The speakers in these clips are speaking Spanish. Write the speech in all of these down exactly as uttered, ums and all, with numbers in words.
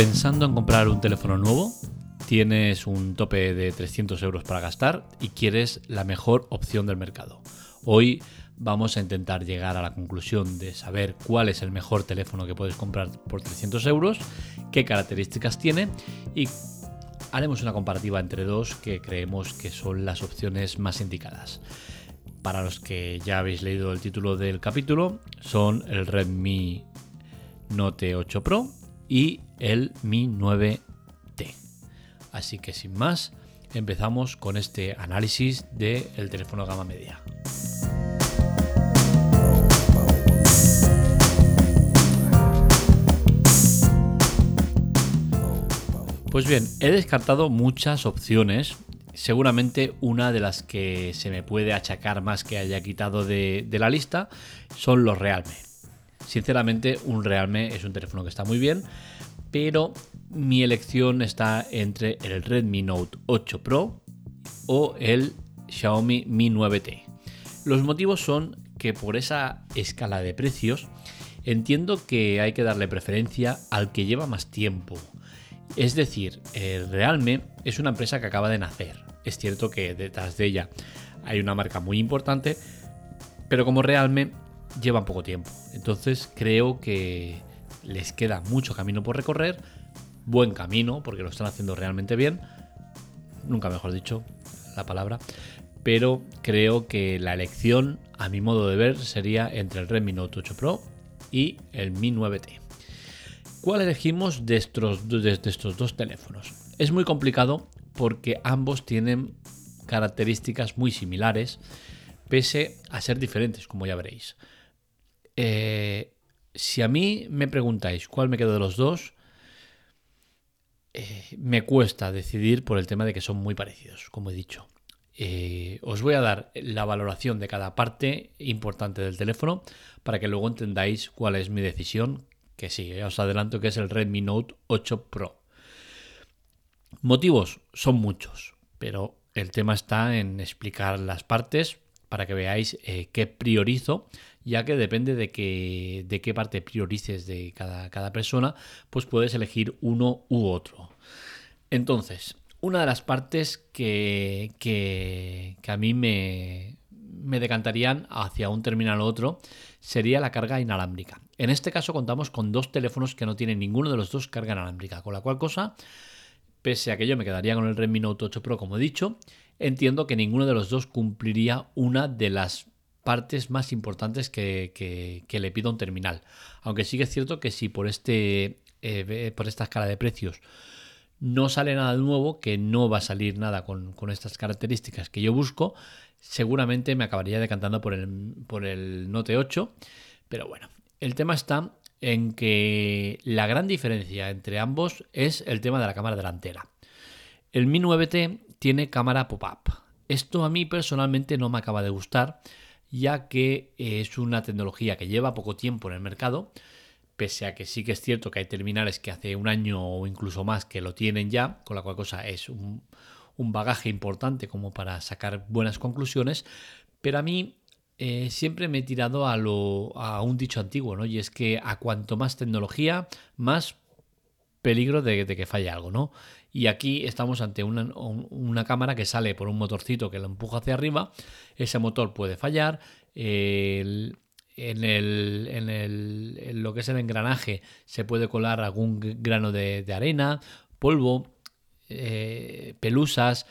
¿Pensando en comprar un teléfono nuevo? Tienes un tope de trescientos euros para gastar y quieres la mejor opción del mercado. Hoy vamos a intentar llegar a la conclusión de saber cuál es el mejor teléfono que puedes comprar por trescientos euros, qué características tiene y haremos una comparativa entre dos que creemos que son las opciones más indicadas. Para los que ya habéis leído el título del capítulo, son el Redmi Note ocho Pro y el Mi nueve T. Así que sin más, empezamos con este análisis del teléfono gama media. Pues bien, he descartado muchas opciones. Seguramente una de las que se me puede achacar más que haya quitado de, de la lista son los Realme. Sinceramente, un Realme es un teléfono que está muy bien, pero mi elección está entre el Redmi Note ocho Pro o el Xiaomi Mi nueve T. Los motivos son que por esa escala de precios entiendo que hay que darle preferencia al que lleva más tiempo. Es decir, el Realme es una empresa que acaba de nacer. Es cierto que detrás de ella hay una marca muy importante, pero como Realme llevan poco tiempo. Entonces creo que les queda mucho camino por recorrer, buen camino, porque lo están haciendo realmente bien, nunca mejor dicho la palabra, pero creo que la elección, a mi modo de ver, sería entre el Redmi Note ocho Pro y el Mi nueve T. ¿Cuál elegimos de estos, de estos dos teléfonos? Es muy complicado porque ambos tienen características muy similares, pese a ser diferentes, como ya veréis. Eh, si a mí me preguntáis cuál me quedo de los dos, eh, me cuesta decidir por el tema de que son muy parecidos, como he dicho. Eh, os voy a dar la valoración de cada parte importante del teléfono para que luego entendáis cuál es mi decisión, que sí, ya os adelanto que es el Redmi Note ocho Pro. Motivos son muchos, pero el tema está en explicar las partes para que veáis eh, qué priorizo, ya que depende de, que, de qué parte priorices de cada, cada persona, pues puedes elegir uno u otro. Entonces, una de las partes que, que, que a mí me, me decantarían hacia un terminal u otro sería la carga inalámbrica. En este caso contamos con dos teléfonos que no tienen ninguno de los dos carga inalámbrica, con la cual cosa, pese a que yo me quedaría con el Redmi Note ocho Pro, como he dicho, entiendo que ninguno de los dos cumpliría una de las partes más importantes que, que, que le pido a un terminal. Aunque sí que es cierto que si por, este, eh, por esta escala de precios no sale nada nuevo, que no va a salir nada con, con estas características que yo busco, seguramente me acabaría decantando por el, por el Note ocho. Pero bueno, el tema está en que la gran diferencia entre ambos es el tema de la cámara delantera. El Mi nueve T tiene cámara pop-up. Esto a mí personalmente no me acaba de gustar, ya que es una tecnología que lleva poco tiempo en el mercado, pese a que sí que es cierto que hay terminales que hace un año o incluso más que lo tienen ya, con la cual cosa es un, un bagaje importante como para sacar buenas conclusiones, pero a mí eh, siempre me he tirado a, lo, a un dicho antiguo, ¿no? Y es que a cuanto más tecnología, más peligro de, de que falle algo, ¿no? Y aquí estamos ante una, una cámara que sale por un motorcito que lo empuja hacia arriba. Ese motor puede fallar. El, en, el, en, el, en lo que es el engranaje se puede colar algún grano de, de arena, polvo, eh, pelusas.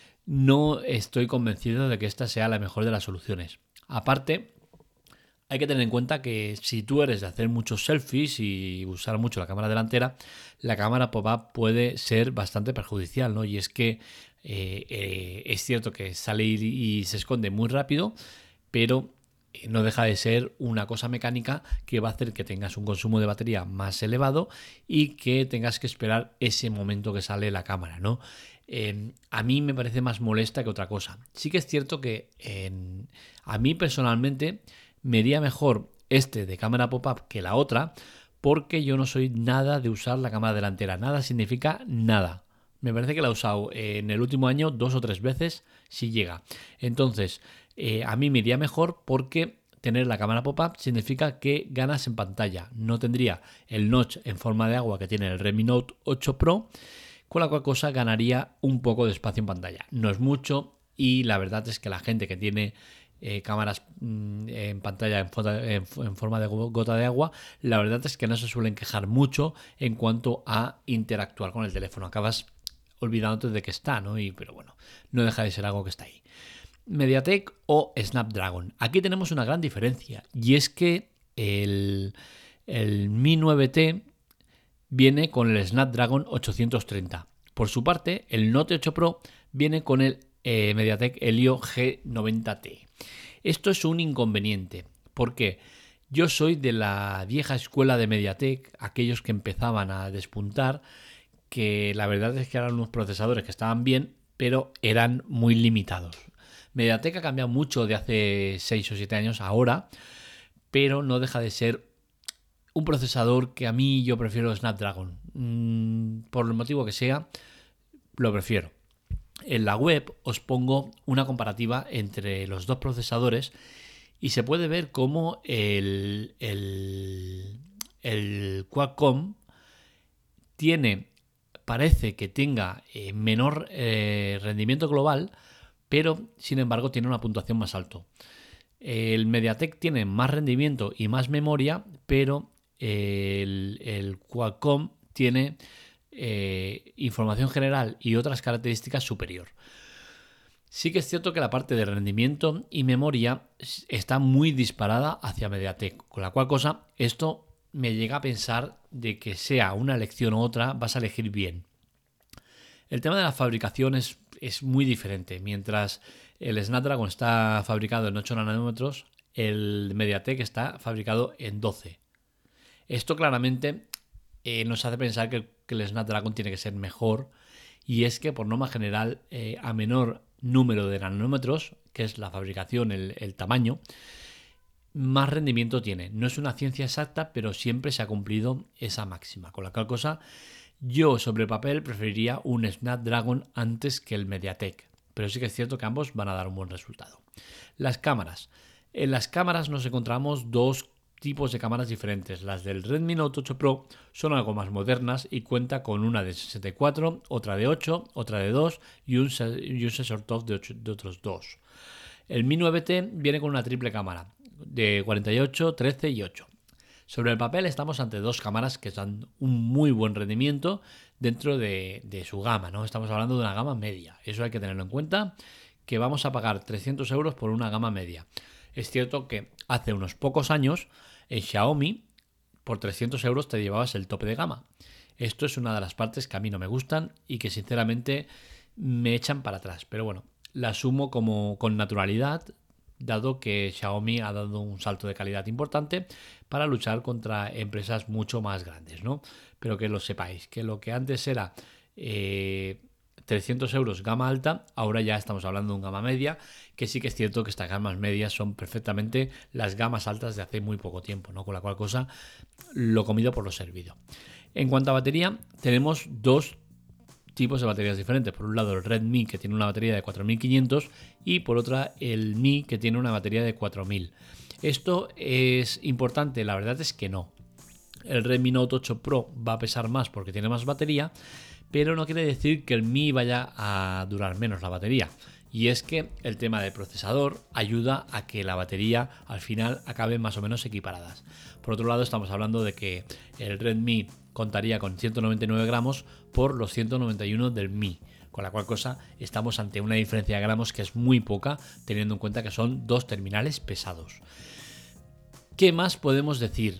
No estoy convencido de que esta sea la mejor de las soluciones. Aparte, hay que tener en cuenta que si tú eres de hacer muchos selfies y usar mucho la cámara delantera, la cámara pop-up puede ser bastante perjudicial, ¿no? Y es que eh, eh, es cierto que sale y, y se esconde muy rápido, pero no deja de ser una cosa mecánica que va a hacer que tengas un consumo de batería más elevado y que tengas que esperar ese momento que sale la cámara, ¿no? Eh, a mí me parece más molesta que otra cosa. Sí que es cierto que eh, a mí personalmente me iría mejor este de cámara pop-up que la otra, porque yo no soy nada de usar la cámara delantera. Nada significa nada. Me parece que la he usado en el último año dos o tres veces, si llega. Entonces, eh, a mí me iría mejor porque tener la cámara pop-up significa que ganas en pantalla. No tendría el notch en forma de agua que tiene el Redmi Note ocho Pro, con la cual cosa ganaría un poco de espacio en pantalla. No es mucho y la verdad es que la gente que tiene eh, cámaras mmm, en pantalla en, foto, en, en forma de gota de agua, la verdad es que no se suelen quejar mucho en cuanto a interactuar con el teléfono. Acabas olvidándote de que está, ¿no? Y, pero bueno, no deja de ser algo que está ahí. MediaTek o Snapdragon. Aquí tenemos una gran diferencia y es que el, el Mi nueve T viene con el Snapdragon ochocientos treinta. Por su parte, el Note ocho Pro viene con el eh, MediaTek Helio G noventa T. Esto es un inconveniente porque yo soy de la vieja escuela de MediaTek, aquellos que empezaban a despuntar, que la verdad es que eran unos procesadores que estaban bien, pero eran muy limitados. MediaTek ha cambiado mucho de hace seis o siete años ahora, pero no deja de ser un procesador que a mí yo prefiero Snapdragon. Mm, por el motivo que sea, lo prefiero. En la web os pongo una comparativa entre los dos procesadores y se puede ver cómo el, el, el Qualcomm tiene, parece que tenga eh, menor eh, rendimiento global, pero sin embargo tiene una puntuación más alto. El MediaTek tiene más rendimiento y más memoria, pero el, el Qualcomm tiene eh, información general y otras características superior. Sí que es cierto que la parte de rendimiento y memoria está muy disparada hacia MediaTek, con la cual cosa esto me llega a pensar de que sea una elección u otra vas a elegir bien. El tema de la fabricación es, es muy diferente. Mientras el Snapdragon está fabricado en ocho nanómetros, el MediaTek está fabricado en doce. Esto claramente eh, nos hace pensar que, que el Snapdragon tiene que ser mejor, y es que por norma general eh, a menor número de nanómetros, que es la fabricación, el, el tamaño, más rendimiento tiene. No es una ciencia exacta, pero siempre se ha cumplido esa máxima. Con la cual cosa, yo sobre papel preferiría un Snapdragon antes que el MediaTek, pero sí que es cierto que ambos van a dar un buen resultado. Las cámaras. En las cámaras nos encontramos dos tipos de cámaras diferentes. Las del Redmi Note ocho Pro son algo más modernas y cuenta con una de sesenta y cuatro, otra de ocho, otra de dos y un, y un sensor top de, ocho, de otros dos. El Mi nueve T viene con una triple cámara de cuarenta y ocho, trece y ocho. Sobre el papel estamos ante dos cámaras que dan un muy buen rendimiento dentro de, de su gama, ¿no? Estamos hablando de una gama media. Eso hay que tenerlo en cuenta, que vamos a pagar trescientos euros por una gama media. Es cierto que hace unos pocos años en Xiaomi por trescientos euros te llevabas el tope de gama. Esto es una de las partes que a mí no me gustan y que sinceramente me echan para atrás. Pero bueno, la asumo como con naturalidad, dado que Xiaomi ha dado un salto de calidad importante para luchar contra empresas mucho más grandes, ¿no? Pero que lo sepáis, que lo que antes era eh, trescientos euros gama alta, ahora ya estamos hablando de un gama media, que sí que es cierto que estas gamas medias son perfectamente las gamas altas de hace muy poco tiempo, ¿no? Con la cual cosa, lo comido por lo servido. En cuanto a batería, tenemos dos tipos de baterías diferentes. Por un lado el Redmi, que tiene una batería de cuatro mil quinientos, y por otra el Mi, que tiene una batería de cuatro mil. Esto es importante, la verdad es que no. El Redmi Note ocho Pro va a pesar más porque tiene más batería, pero no quiere decir que el Mi vaya a durar menos la batería. Y es que el tema del procesador ayuda a que la batería al final acabe más o menos equiparadas. Por otro lado, estamos hablando de que el Redmi contaría con ciento noventa y nueve gramos por los ciento noventa y uno del Mi, con la cual cosa estamos ante una diferencia de gramos que es muy poca, teniendo en cuenta que son dos terminales pesados. ¿Qué más podemos decir?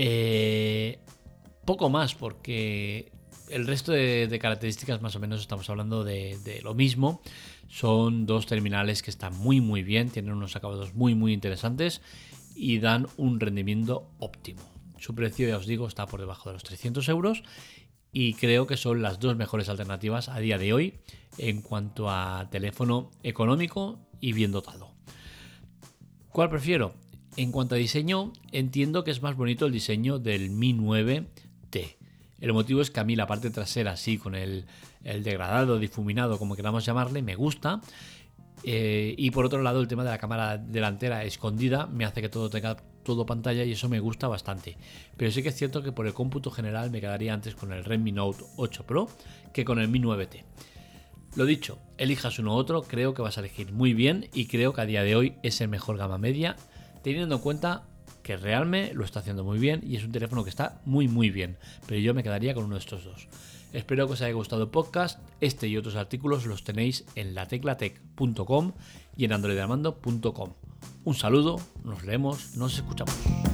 Eh, poco más, porque el resto de, de características más o menos estamos hablando de, de lo mismo. Son dos terminales que están muy muy bien, tienen unos acabados muy muy interesantes y dan un rendimiento óptimo. Su precio, ya os digo, está por debajo de los trescientos euros y creo que son las dos mejores alternativas a día de hoy en cuanto a teléfono económico y bien dotado. ¿Cuál prefiero? En cuanto a diseño, entiendo que es más bonito el diseño del Mi nueve T. El motivo es que a mí la parte trasera, así con el, el degradado, difuminado, como queramos llamarle, me gusta. Eh, y por otro lado, el tema de la cámara delantera escondida me hace que todo tenga todo pantalla y eso me gusta bastante. Pero sí que es cierto que por el cómputo general me quedaría antes con el Redmi Note ocho Pro que con el Mi nueve T. Lo dicho, elijas uno u otro, creo que vas a elegir muy bien y creo que a día de hoy es el mejor gama media, teniendo en cuenta que Realme lo está haciendo muy bien y es un teléfono que está muy muy bien, pero yo me quedaría con uno de estos dos. Espero que os haya gustado el podcast. Este y otros artículos los tenéis en la tecla tech punto com y en android armando punto com. Un saludo, nos leemos, nos escuchamos.